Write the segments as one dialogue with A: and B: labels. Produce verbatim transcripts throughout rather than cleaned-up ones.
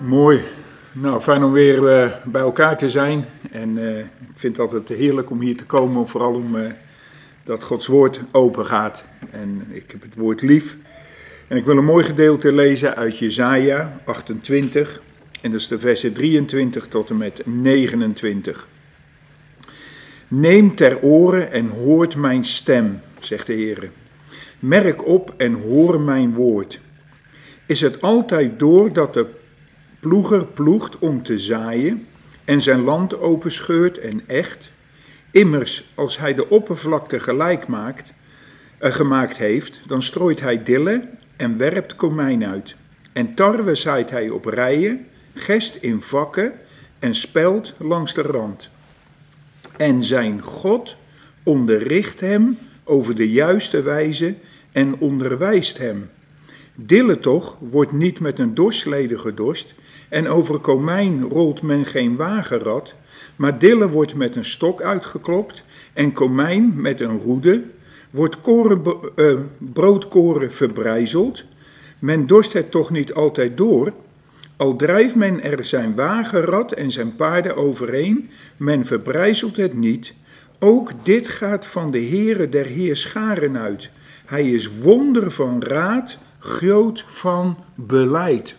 A: Mooi. Nou, fijn om weer uh, bij elkaar te zijn. En uh, ik vind het altijd heerlijk om hier te komen, vooral om uh, dat Gods woord open gaat. En ik heb het woord lief. En ik wil een mooi gedeelte lezen uit Jesaja achtentwintig. En dat is de versen drieëntwintig tot en met negenentwintig. Neem ter oren en hoort mijn stem, zegt de Heer. Merk op en hoor mijn woord. Is het altijd door dat de ploeger ploegt om te zaaien en zijn land openscheurt en echt? Immers, als hij de oppervlakte gelijk maakt, uh, gemaakt heeft, dan strooit hij dille en werpt komijn uit. En tarwe zaait hij op rijen, gest in vakken en spelt langs de rand. En zijn God onderricht hem over de juiste wijze en onderwijst hem. Dille toch wordt niet met een dorslede gedorst, en over komijn rolt men geen wagenrad, maar dille wordt met een stok uitgeklopt, en komijn met een roede, wordt koren, uh, broodkoren verbrijzeld. Men dorst het toch niet altijd door, al drijft men er zijn wagenrad en zijn paarden overheen, men verbrijzelt het niet. Ook dit gaat van de Heere der Heerscharen uit. Hij is wonder van raad, groot van beleid.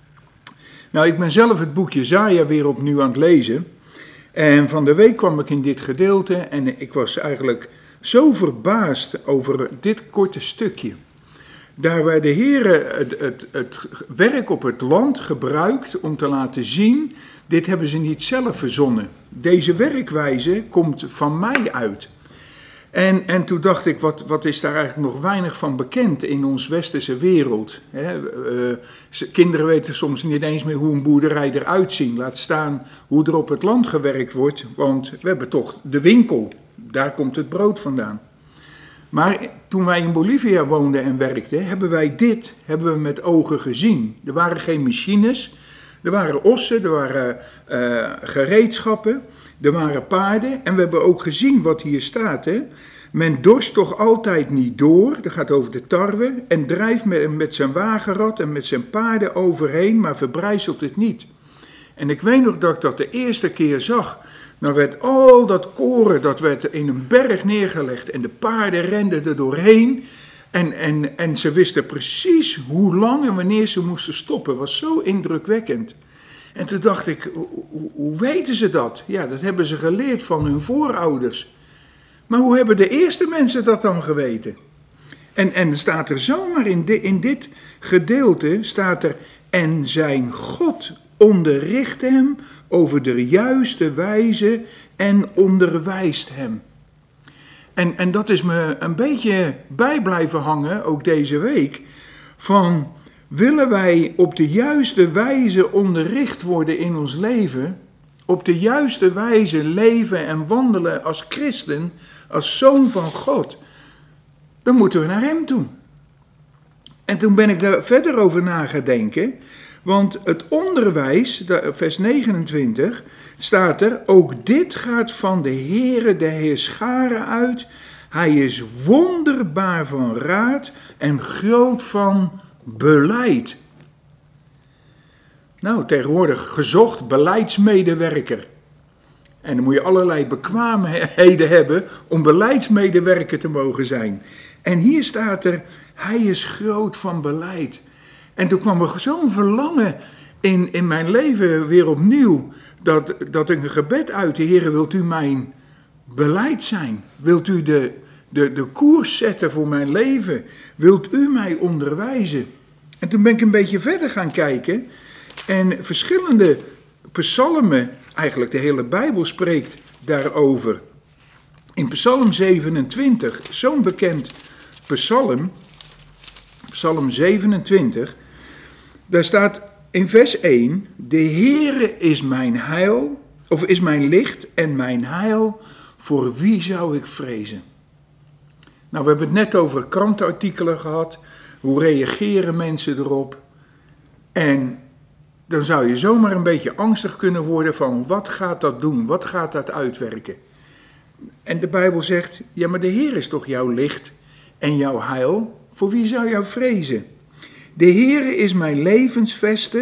A: Nou, ik ben zelf het boek Jesaja weer opnieuw aan het lezen. En van de week kwam ik in dit gedeelte en ik was eigenlijk zo verbaasd over dit korte stukje. Daar waar de Heer het, het, het werk op het land gebruikt om te laten zien, dit hebben ze niet zelf verzonnen. Deze werkwijze komt van mij uit. En, en toen dacht ik, wat, wat is daar eigenlijk nog weinig van bekend in ons westerse wereld? He, uh, kinderen weten soms niet eens meer hoe een boerderij eruit ziet. Laat staan hoe er op het land gewerkt wordt, want we hebben toch de winkel. Daar komt het brood vandaan. Maar toen wij in Bolivia woonden en werkten, hebben wij dit hebben we met ogen gezien. Er waren geen machines, er waren ossen, er waren uh, gereedschappen, er waren paarden. En we hebben ook gezien wat hier staat. Hè? Men dorst toch altijd niet door, dat gaat over de tarwe, en drijft met, met zijn wagenrad en met zijn paarden overheen, maar verbrijzelt het niet. En ik weet nog dat ik dat de eerste keer zag. Dan werd al dat koren, dat werd in een berg neergelegd en de paarden renden er doorheen. En, en, en ze wisten precies hoe lang en wanneer ze moesten stoppen. Het was zo indrukwekkend. En toen dacht ik, hoe, hoe, hoe weten ze dat? Ja, dat hebben ze geleerd van hun voorouders. Maar hoe hebben de eerste mensen dat dan geweten? En, en staat er zomaar in, de, in dit gedeelte, staat er, en zijn God onderricht hem over de juiste wijze en onderwijst hem. En, en dat is me een beetje bij blijven hangen, ook deze week, van willen wij op de juiste wijze onderricht worden in ons leven, op de juiste wijze leven en wandelen als christen, als zoon van God, dan moeten we naar hem toe. En toen ben ik daar verder over na gaan denken. Want het onderwijs, vers negenentwintig, staat er, ook dit gaat van de Heere der Heerscharen uit. Hij is wonderbaar van raad en groot van beleid. Nou, tegenwoordig gezocht beleidsmedewerker. En dan moet je allerlei bekwaamheden hebben om beleidsmedewerker te mogen zijn. En hier staat er, hij is groot van beleid. En toen kwam er zo'n verlangen in, in mijn leven weer opnieuw, dat, dat ik een gebed uit de Heer, wilt u mijn beleid zijn? Wilt u de, de, de koers zetten voor mijn leven? Wilt u mij onderwijzen? En toen ben ik een beetje verder gaan kijken en verschillende psalmen, eigenlijk de hele Bijbel spreekt daarover. In Psalm zevenentwintig, zo'n bekend psalm, Psalm zevenentwintig, daar staat in vers één, de Heere is mijn heil, of is mijn licht en mijn heil, voor wie zou ik vrezen? Nou, we hebben het net over krantenartikelen gehad, hoe reageren mensen erop? En dan zou je zomaar een beetje angstig kunnen worden van, wat gaat dat doen, wat gaat dat uitwerken? En de Bijbel zegt, ja, maar de Heer is toch jouw licht en jouw heil? Voor wie zou jou vrezen? De Heere is mijn levensveste,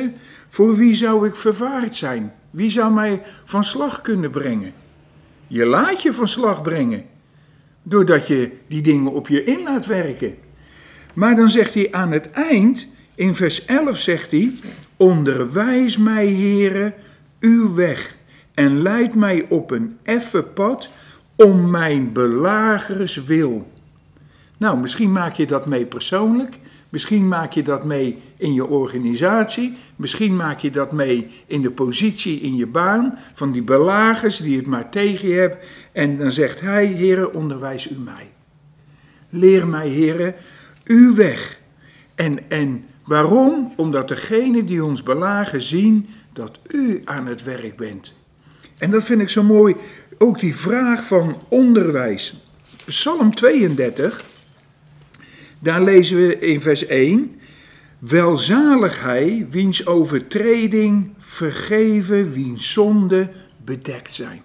A: Voor wie zou ik vervaard zijn? Wie zou mij van slag kunnen brengen? Je laat je van slag brengen. Doordat je die dingen op je in laat werken. Maar dan zegt hij aan het eind, in vers elf zegt hij, onderwijs mij, Heere, uw weg en leid mij op een effen pad om mijn belagers wil. Nou, misschien maak je dat mee persoonlijk, misschien maak je dat mee in je organisatie, misschien maak je dat mee in de positie in je baan, van die belagers die het maar tegen je hebben. En dan zegt hij, Heere, onderwijs u mij. Leer mij, Heere, uw weg. En, en waarom? Omdat degenen die ons belagen zien dat u aan het werk bent. En dat vind ik zo mooi, ook die vraag van onderwijs. Psalm tweeëndertig, daar lezen we in vers één. Welzalig hij, wiens overtreding vergeven, wiens zonde bedekt zijn.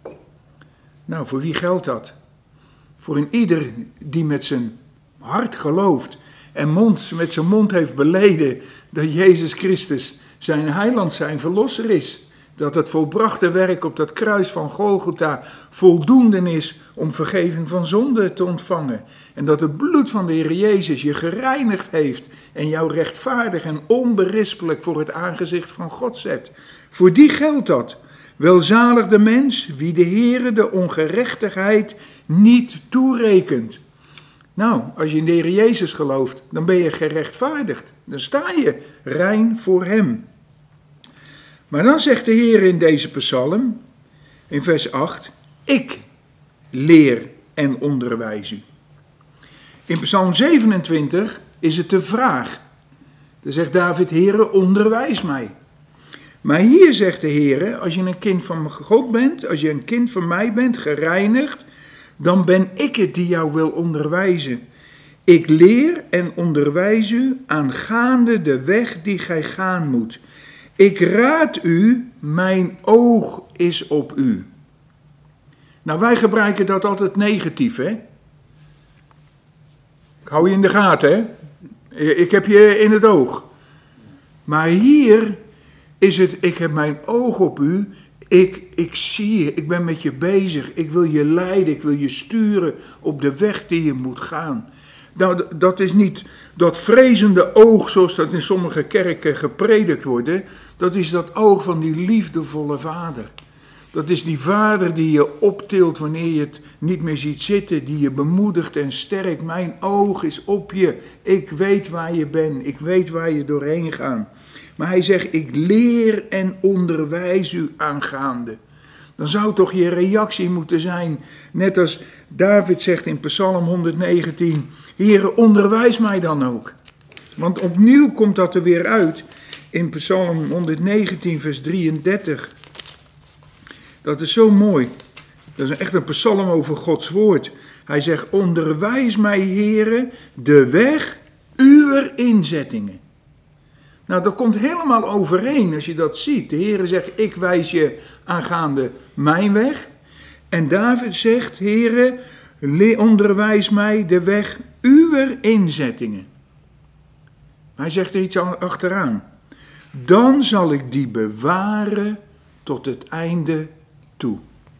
A: Nou, voor wie geldt dat? Voor een ieder die met zijn hart gelooft en mond, met zijn mond heeft beleden dat Jezus Christus zijn heiland, zijn verlosser is. Dat het volbrachte werk op dat kruis van Golgotha voldoende is om vergeving van zonde te ontvangen. En dat het bloed van de Heer Jezus je gereinigd heeft en jou rechtvaardig en onberispelijk voor het aangezicht van God zet. Voor die geldt dat. Welzalig de mens wie de Heere de ongerechtigheid niet toerekent. Nou, als je in de Heer Jezus gelooft, dan ben je gerechtvaardigd. Dan sta je rein voor hem. Maar dan zegt de Heer in deze psalm, in vers acht, ik leer en onderwijs u. In psalm zevenentwintig is het de vraag. Dan zegt David, Heere, onderwijs mij. Maar hier zegt de Heer, als je een kind van God bent, als je een kind van mij bent, gereinigd, dan ben ik het die jou wil onderwijzen. Ik leer en onderwijs u aangaande de weg die gij gaan moet. Ik raad u, mijn oog is op u. Nou, wij gebruiken dat altijd negatief, hè. Ik hou je in de gaten, hè. Ik heb je in het oog. Maar hier is het, ik heb mijn oog op u. Ik, ik zie je, ik ben met je bezig. Ik wil je leiden, ik wil je sturen op de weg die je moet gaan. Nou, dat is niet dat vrezende oog zoals dat in sommige kerken gepredikt wordt. Hè? Dat is dat oog van die liefdevolle vader. Dat is die vader die je optilt wanneer je het niet meer ziet zitten. Die je bemoedigt en sterkt. Mijn oog is op je. Ik weet waar je bent. Ik weet waar je doorheen gaat. Maar hij zegt, ik leer en onderwijs u aangaande. Dan zou toch je reactie moeten zijn, net als David zegt in Psalm honderdnegentien, Heere, onderwijs mij dan ook. Want opnieuw komt dat er weer uit in Psalm honderdnegentien vers drieëndertig. Dat is zo mooi. Dat is echt een psalm over Gods woord. Hij zegt, onderwijs mij, Heere, de weg uwer inzettingen. Nou, dat komt helemaal overeen als je dat ziet. De Heere zegt, ik wijs je aangaande mijn weg. En David zegt, Heere, onderwijs mij de weg uwer inzettingen. Hij zegt er iets achteraan. Dan zal ik die bewaren tot het einde toe.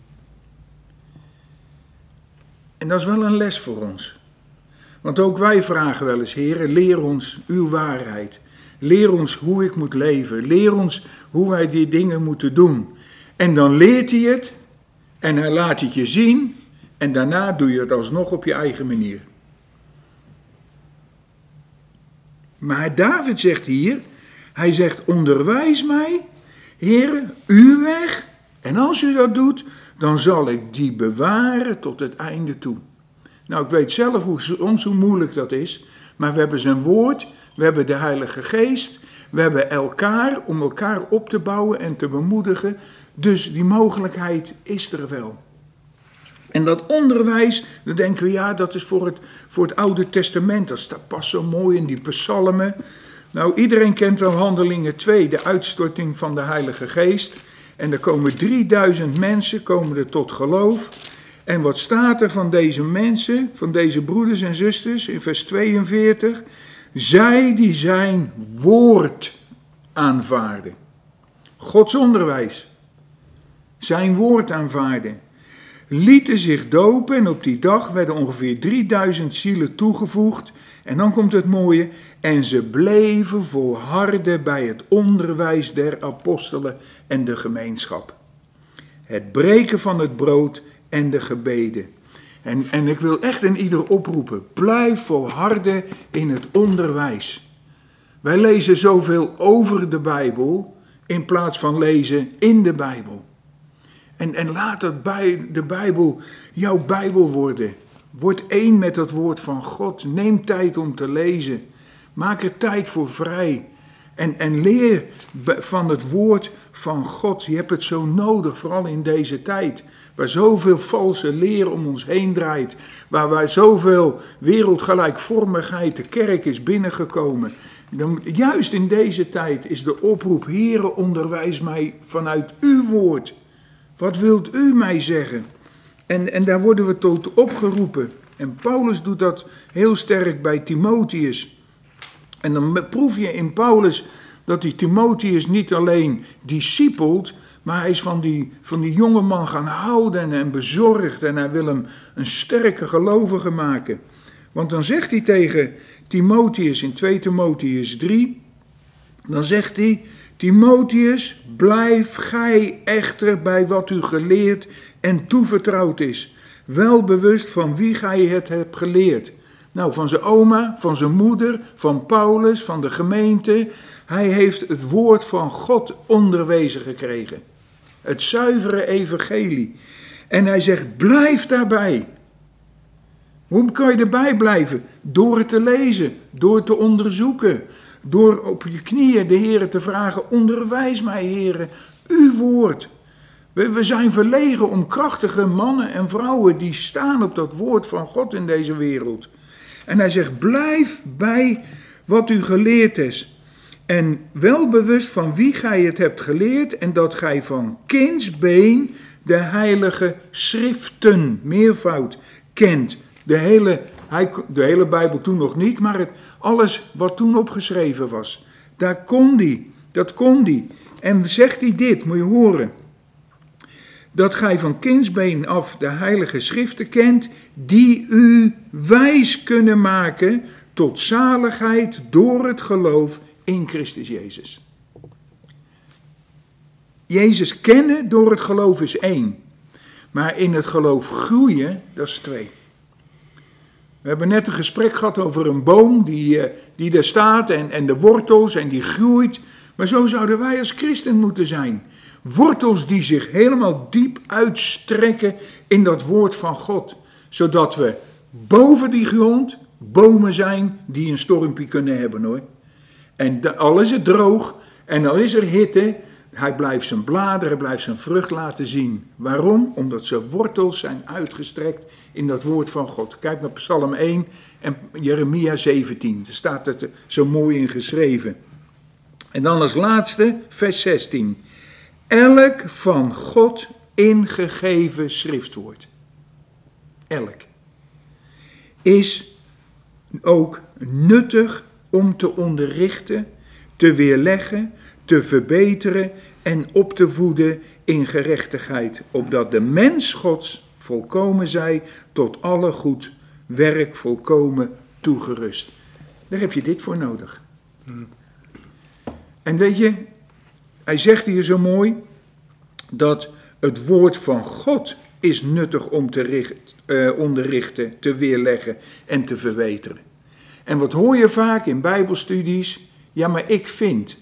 A: En dat is wel een les voor ons. Want ook wij vragen wel eens, Heere, leer ons uw waarheid. Leer ons hoe ik moet leven. Leer ons hoe wij die dingen moeten doen. En dan leert hij het. En hij laat het je zien. En daarna doe je het alsnog op je eigen manier. Maar David zegt hier. Hij zegt, onderwijs mij, Heere, uw weg. En als u dat doet, dan zal ik die bewaren tot het einde toe. Nou, ik weet zelf hoe, soms hoe moeilijk dat is. Maar we hebben zijn woord. We hebben de Heilige Geest, we hebben elkaar om elkaar op te bouwen en te bemoedigen. Dus die mogelijkheid is er wel. En dat onderwijs, dan denken we, ja, dat is voor het, voor het Oude Testament. Dat staat pas zo mooi in die psalmen. Nou, iedereen kent wel Handelingen twee, de uitstorting van de Heilige Geest. En er komen drieduizend mensen, komen er tot geloof. En wat staat er van deze mensen, van deze broeders en zusters, in vers tweeënveertig... Zij die zijn woord aanvaarden. Gods onderwijs. Zijn woord aanvaarden. Lieten zich dopen en op die dag werden ongeveer drieduizend zielen toegevoegd. En dan komt het mooie. En ze bleven volharden bij het onderwijs der apostelen en de gemeenschap. Het breken van het brood en de gebeden. En, en ik wil echt in ieder oproepen. Blijf volharden in het onderwijs. Wij lezen zoveel over de Bijbel in plaats van lezen in de Bijbel. En, en laat het bij de Bijbel jouw Bijbel worden. Word één met het woord van God. Neem tijd om te lezen. Maak er tijd voor vrij. En, en leer van het woord van God. Je hebt het zo nodig, vooral in deze tijd. Waar zoveel valse leer om ons heen draait. Waar, waar zoveel wereldgelijkvormigheid de kerk is binnengekomen. Dan, juist in deze tijd is de oproep. Heere, onderwijs mij vanuit uw woord. Wat wilt u mij zeggen? En, en daar worden we tot opgeroepen. En Paulus doet dat heel sterk bij Timotheus. En dan proef je in Paulus dat die Timotheus niet alleen discipelt, maar hij is van die, van die jonge man gaan houden en bezorgd. En hij wil hem een sterke gelovige maken. Want dan zegt hij tegen Timotheus in twee Timotheus drie, dan zegt hij, Timotheus, blijf gij echter bij wat u geleerd en toevertrouwd is. Wel bewust van wie gij het hebt geleerd. Nou, van zijn oma, van zijn moeder, van Paulus, van de gemeente. Hij heeft het woord van God onderwezen gekregen. Het zuivere evangelie. En hij zegt, blijf daarbij. Hoe kan je erbij blijven? Door het te lezen, door het te onderzoeken. Door op je knieën de Heere te vragen, onderwijs mij Heere, uw woord. We, we zijn verlegen om krachtige mannen en vrouwen die staan op dat woord van God in deze wereld. En hij zegt, blijf bij wat u geleerd is. En wel bewust van wie gij het hebt geleerd en dat gij van kindsbeen de heilige schriften, meervoud, kent. De hele, de hele Bijbel toen nog niet, maar het, alles wat toen opgeschreven was. Daar kon die, dat kon die. En zegt hij dit, moet je horen. Dat gij van kindsbeen af de heilige schriften kent, die u wijs kunnen maken tot zaligheid door het geloof in Christus Jezus. Jezus kennen door het geloof is één. Maar in het geloof groeien, dat is twee. We hebben net een gesprek gehad over een boom die, die daar staat en, en de wortels en die groeit. Maar zo zouden wij als christen moeten zijn. Wortels die zich helemaal diep uitstrekken in dat woord van God. Zodat we boven die grond bomen zijn die een stormpje kunnen hebben hoor. En de, al is het droog en al is er hitte, hij blijft zijn bladeren, hij blijft zijn vrucht laten zien. Waarom? Omdat zijn wortels zijn uitgestrekt in dat woord van God. Kijk naar Psalm één en Jeremia zeventien. Daar staat het zo mooi in geschreven. En dan als laatste vers zestien. Elk van God ingegeven schriftwoord. Elk. Is ook nuttig om te onderrichten, te weerleggen, te verbeteren en op te voeden in gerechtigheid, opdat de mens Gods volkomen zij, tot alle goed werk volkomen toegerust. Daar heb je dit voor nodig. Hmm. En weet je, hij zegt hier zo mooi, dat het woord van God is nuttig om te richt, uh, onderrichten, te weerleggen en te verbeteren. En wat hoor je vaak in bijbelstudies? Ja, maar ik vind...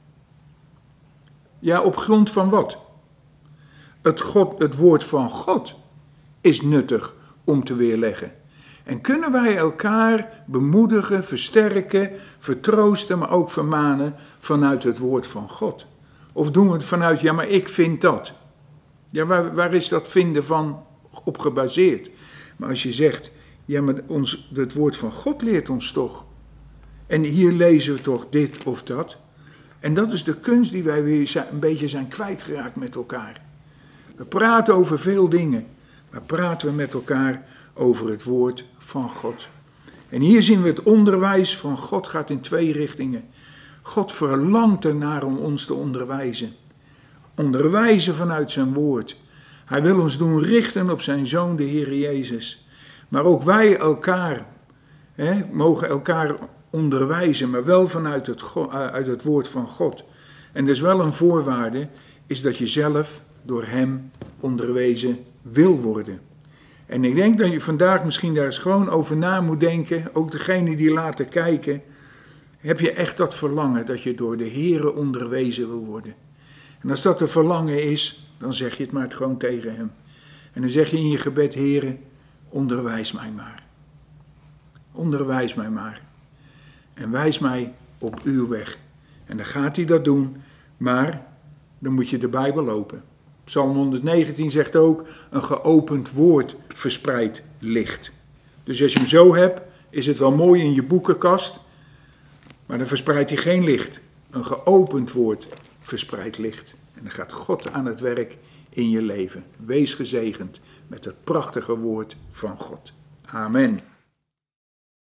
A: Ja, op grond van wat? Het, God, het woord van God is nuttig om te weerleggen. En kunnen wij elkaar bemoedigen, versterken, vertroosten, maar ook vermanen vanuit het woord van God? Of doen we het vanuit, ja, maar ik vind dat. Ja, waar, waar is dat vinden van op gebaseerd? Maar als je zegt, ja, maar ons, het woord van God leert ons toch. En hier lezen we toch dit of dat. En dat is de kunst die wij weer zijn, een beetje zijn kwijtgeraakt met elkaar. We praten over veel dingen, maar praten we met elkaar over het woord van God. En hier zien we het onderwijs van God gaat in twee richtingen. God verlangt ernaar om ons te onderwijzen. Onderwijzen vanuit zijn woord. Hij wil ons doen richten op zijn Zoon, de Heer Jezus. Maar ook wij elkaar, hè, mogen elkaar onderwijzen, maar wel vanuit het, uit het woord van God. En dus wel een voorwaarde, is dat je zelf door hem onderwezen wil worden. En ik denk dat je vandaag misschien daar eens gewoon over na moet denken, ook degene die laten kijken. Heb je echt dat verlangen dat je door de Here onderwezen wil worden? En als dat een verlangen is, dan zeg je het maar gewoon tegen hem. En dan zeg je in je gebed, Heere, onderwijs mij maar. Onderwijs mij maar. En wijs mij op uw weg. En dan gaat hij dat doen, maar dan moet je de Bijbel open. Psalm honderdnegentien zegt ook, een geopend woord verspreidt licht. Dus als je hem zo hebt, is het wel mooi in je boekenkast, maar dan verspreidt hij geen licht. Een geopend woord verspreidt licht. En dan gaat God aan het werk in je leven. Wees gezegend met het prachtige woord van God. Amen.